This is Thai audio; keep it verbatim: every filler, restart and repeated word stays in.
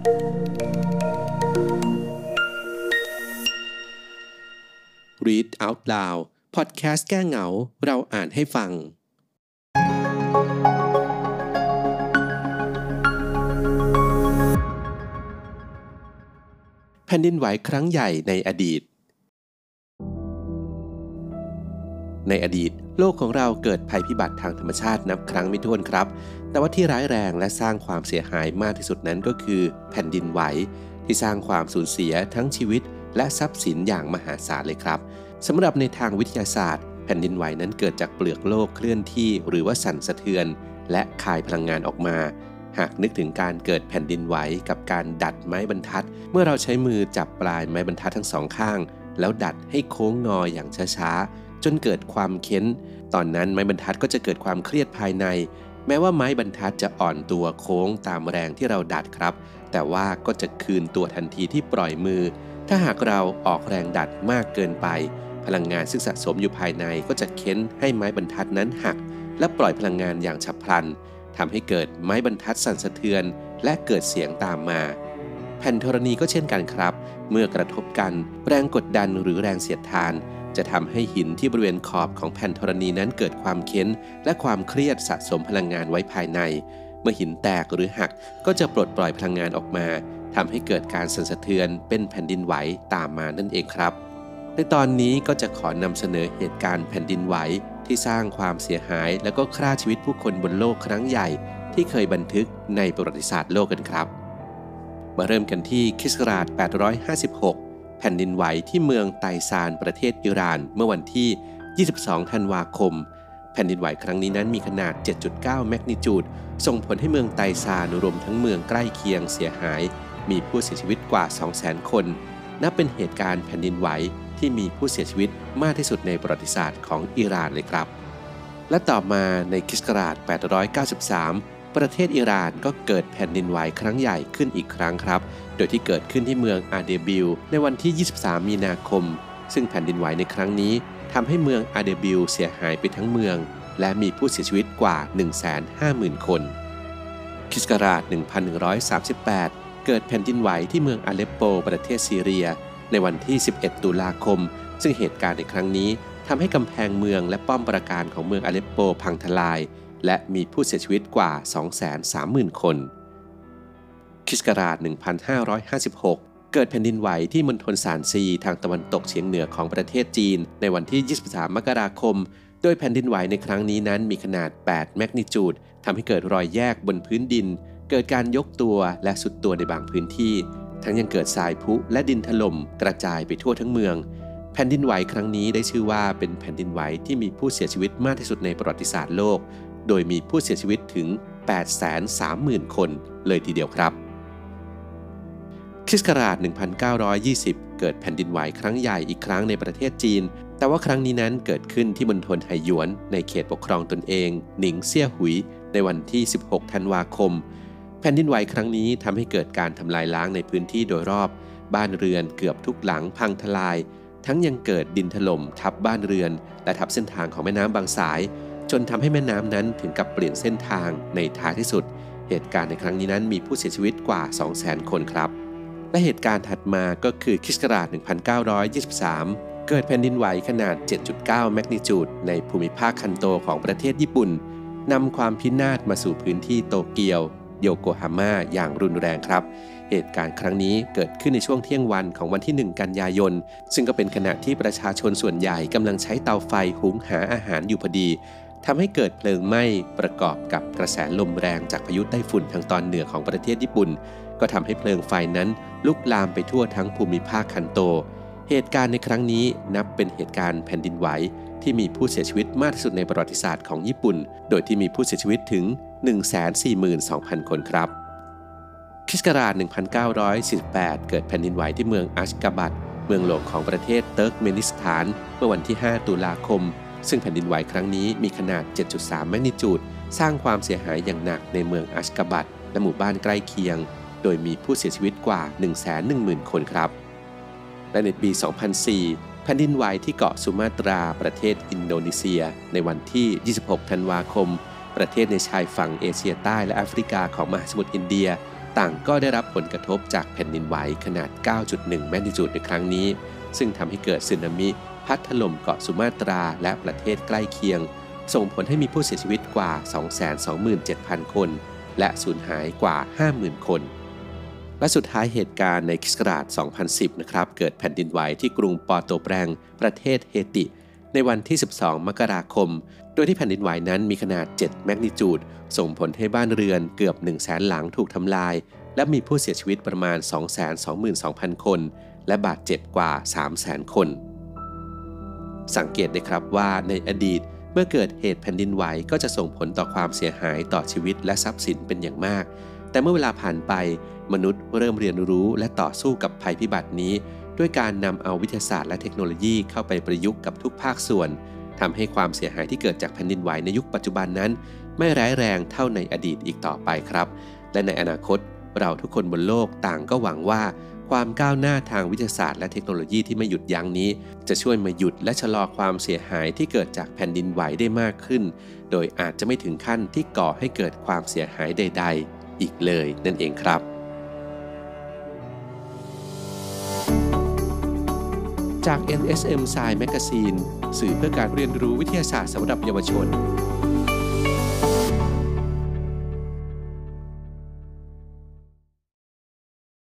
Read Out Loud พอดแคสต์แก้เหงาเราอ่านให้ฟังแผ่นดินไหวครั้งใหญ่ในอดีตในอดีตโลกของเราเกิดภัยพิบัติทางธรรมชาตินับครั้งไม่ถ้วนครับแต่ว่าที่ร้ายแรงและสร้างความเสียหายมากที่สุดนั้นก็คือแผ่นดินไหวที่สร้างความสูญเสียทั้งชีวิตและทรัพย์สินอย่างมหาศาลเลยครับสำหรับในทางวิทยาศาสตร์แผ่นดินไหวนั้นเกิดจากเปลือกโลกเคลื่อนที่หรือว่าสั่นสะเทือนและคายพลังงานออกมาหากนึกถึงการเกิดแผ่นดินไหวกับการดัดไม้บรรทัดเมื่อเราใช้มือจับปลายไม้บรรทัดทั้งสองข้างแล้วดัดให้โค้งงออย่างช้าๆจนเกิดความเค้นตอนนั้นไม้บรรทัดก็จะเกิดความเครียดภายในแม้ว่าไม้บรรทัดจะอ่อนตัวโค้งตามแรงที่เราดัดครับแต่ว่าก็จะคืนตัวทันทีที่ปล่อยมือถ้าหากเราออกแรงดัดมากเกินไปพลังงานซึ่งสะสมอยู่ภายในก็จะเค้นให้ไม้บรรทัดนั้นหักและปล่อยพลังงานอย่างฉับพลันทำให้เกิดไม้บรรทัดสั่นสะเทือนและเกิดเสียงตามมาแผ่นธรณีก็เช่นกันครับเมื่อกระทบกันแรงกดดันหรือแรงเสียดทานจะทำให้หินที่บริเวณขอบของแผ่นธรณีนั้นเกิดความเค้นและความเครียดสะสมพลังงานไว้ภายในเมื่อหินแตกหรือหักก็จะปลดปล่อยพลังงานออกมาทำให้เกิดการสั่นสะเทือนเป็นแผ่นดินไหวตามมานั่นเองครับในตอนนี้ก็จะขอนำเสนอเหตุการณ์แผ่นดินไหวที่สร้างความเสียหายและก็ฆ่าชีวิตผู้คนบนโลกครั้งใหญ่ที่เคยบันทึกในประวัติศาสตร์โลกกันครับมาเริ่มกันที่คริสต์ศักราชแปดร้อยห้าสิบหกแผ่นดินไหวที่เมืองไตซานประเทศอิหร่านเมื่อวันที่ยี่สิบสองธันวาคมแผ่นดินไหวครั้งนี้นั้นมีขนาด เจ็ดจุดเก้า แมกนิจูดส่งผลให้เมืองไตซานรวมทั้งเมืองใกล้เคียงเสียหายมีผู้เสียชีวิตกว่า สองแสน คนนับเป็นเหตุการณ์แผ่นดินไหวที่มีผู้เสียชีวิตมากที่สุดในประวัติศาสตร์ของอิหร่านเลยครับและต่อมาในคริสต์ศักราชแปดร้อยเก้าสิบสามประเทศอิหร่านก็เกิดแผ่นดินไหวครั้งใหญ่ขึ้นอีกครั้งครับโดยที่เกิดขึ้นที่เมืองอาเดบิลในวันที่ยี่สิบสามมีนาคมซึ่งแผ่นดินไหวในครั้งนี้ทำให้เมืองอาเดบิลเสียหายไปทั้งเมืองและมีผู้เสียชีวิตกว่า หนึ่งแสนห้าหมื่น คนคริสต์ศักราชหนึ่งพันหนึ่งร้อยสามสิบแปดเกิดแผ่นดินไหวที่เมืองอาเลปโปประเทศซีเรียในวันที่สิบเอ็ดตุลาคมซึ่งเหตุการณ์ในครั้งนี้ทำให้กำแพงเมืองและป้อมปราการของเมืองอาเลปโปพังทลายและมีผู้เสียชีวิตกว่า สองแสนสามหมื่น คนคริสต์ศักราชหนึ่งพันห้าร้อยห้าสิบหกเกิดแผ่นดินไหวที่มณฑลซานซีทางตะวันตกเฉียงเหนือของประเทศจีนในวันที่ยี่สิบสามมกราคมโดยแผ่นดินไหวในครั้งนี้นั้นมีขนาดแปดแมกนิจูดทำให้เกิดรอยแยกบนพื้นดินเกิดการยกตัวและสุดตัวในบางพื้นที่ทั้งยังเกิดทรายพุและดินถล่มกระจายไปทั่วทั้งเมืองแผ่นดินไหวครั้งนี้ได้ชื่อว่าเป็นแผ่นดินไหวที่มีผู้เสียชีวิตมากที่สุดในประวัติศาสตร์โลกโดยมีผู้เสียชีวิตถึง แปดแสนสามหมื่น คนเลยทีเดียวครับคริสต์ศักราชหนึ่งพันเก้าร้อยยี่สิบเกิดแผ่นดินไหวครั้งใหญ่อีกครั้งในประเทศจีนแต่ว่าครั้งนี้นั้นเกิดขึ้นที่มณฑลไหหยวนในเขตปกครองตนเองหนิงเซี่ยหุยในวันที่สิบหกธันวาคมแผ่นดินไหวครั้งนี้ทำให้เกิดการทำลายล้างในพื้นที่โดยรอบบ้านเรือนเกือบทุกหลังพังทลายทั้งยังเกิดดินถล่มทับบ้านเรือนและทับเส้นทางของแม่น้ำบางสายจนทำให้แม่น้ำนั้นถึงกับเปลี่ยนเส้นทางในท้ายที่สุดเหตุการณ์ในครั้งนี้นั้นมีผู้เสียชีวิตกว่า สองแสน คนครับและเหตุการณ์ถัดมาก็คือคริสต์ศักราชหนึ่งพันเก้าร้อยยี่สิบสามเกิดแผ่นดินไหวขนาด เจ็ดจุดเก้า แมกนิจูดในภูมิภาคคันโตของประเทศญี่ปุ่นนำความพินาศมาสู่พื้นที่โตเกียวโยโกฮาม่าอย่างรุนแรงครับเหตุการณ์ครั้งนี้เกิดขึ้นในช่วงเที่ยงวันของวันที่หนึ่งกันยายนซึ่งก็เป็นขณะที่ประชาชนส่วนใหญ่กำลังใช้เตาไฟหุงหาอาหารอยู่พอดีทำให้เกิดเพลิงไหม้ประกอบกับกระแสลมแรงจากพายุไต้ฝุ่นทางตอนเหนือของประเทศญี่ปุ่นก็ทำให้เพลิงไฟนั้นลุกลามไปทั่วทั้งภูมิภาคคันโตเหตุการณ์ในครั้งนี้นับเป็นเหตุการณ์แผ่นดินไหวที่มีผู้เสียชีวิตมากที่สุดในประวัติศาสตร์ของญี่ปุ่นโดยที่มีผู้เสียชีวิตถึง หนึ่งแสนสี่หมื่นสองพัน คนครับคริสต์ศักราชหนึ่งพันเก้าร้อยสี่สิบแปดเกิดแผ่นดินไหวที่เมืองอัชกาบัดเมืองหลวงของประเทศเติร์กเมนิสถานเมื่อวันที่ห้าตุลาคมซึ่งแผ่นดินไหวครั้งนี้มีขนาด เจ็ดจุดสาม แมกนิจูดสร้างความเสียหายอย่างหนักในเมืองอัชกาบัดและหมู่บ้านใกล้เคียงโดยมีผู้เสียชีวิตกว่า หนึ่งแสนหนึ่งหมื่น คนครับและในปี สองพันสี่ แผ่นดินไหวที่เกาะสุมาตราประเทศอินโดนีเซียในวันที่ ยี่สิบหกธันวาคมประเทศในชายฝั่งเอเชียใต้และแอฟริกาของมหาสมุทรอินเดียต่างก็ได้รับผลกระทบจากแผ่นดินไหวขนาด เก้าจุดหนึ่ง แมกนิจูดในครั้งนี้ซึ่งทำให้เกิดสึนามิพัดถล่มเกาะสุมาตราและประเทศใกล้เคียงส่งผลให้มีผู้เสียชีวิตกว่า สองแสนสองหมื่นเจ็ดพัน คนและสูญหายกว่า ห้าหมื่น คนและสุดท้ายเหตุการณ์ในคริสต์ศักราช สองพันสิบ นะครับเกิดแผ่นดินไหวที่กรุงปอร์โตแปรงประเทศเฮติในวันที่ สิบสอง มกราคมโดยที่แผ่นดินไหวนั้นมีขนาด เจ็ด แมกนิจูดส่งผลให้บ้านเรือนเกือบ หนึ่งแสน หลังถูกทำลายและมีผู้เสียชีวิตประมาณ สองแสนสองหมื่นสองพัน คนและบาดเจ็บกว่า สามแสน คนสังเกตได้ครับว่าในอดีตเมื่อเกิดเหตุแผ่นดินไหวก็จะส่งผลต่อความเสียหายต่อชีวิตและทรัพย์สินเป็นอย่างมากแต่เมื่อเวลาผ่านไปมนุษย์เริ่มเรียนรู้และต่อสู้กับภัยพิบัตินี้ด้วยการนำเอาวิทยาศาสตร์และเทคโนโลยีเข้าไปประยุกต์กับทุกภาคส่วนทำให้ความเสียหายที่เกิดจากแผ่นดินไหวในยุคปัจจุบันนั้นไม่ร้ายแรงเท่าในอดีตอีกต่อไปครับและในอนาคตเราทุกคนบนโลกต่างก็หวังว่าความก้าวหน้าทางวิทยาศาสตร์และเทคโนโลยีที่ไม่หยุดยั้งนี้จะช่วยมาหยุดและชะลอความเสียหายที่เกิดจากแผ่นดินไหวได้มากขึ้นโดยอาจจะไม่ถึงขั้นที่ก่อให้เกิดความเสียหายใดๆอีกเลยนั่นเองครับจาก เอ็น เอส เอ็ม Science Magazine สื่อเพื่อการเรียนรู้วิทยาศาสตร์สำหรับเยาวชน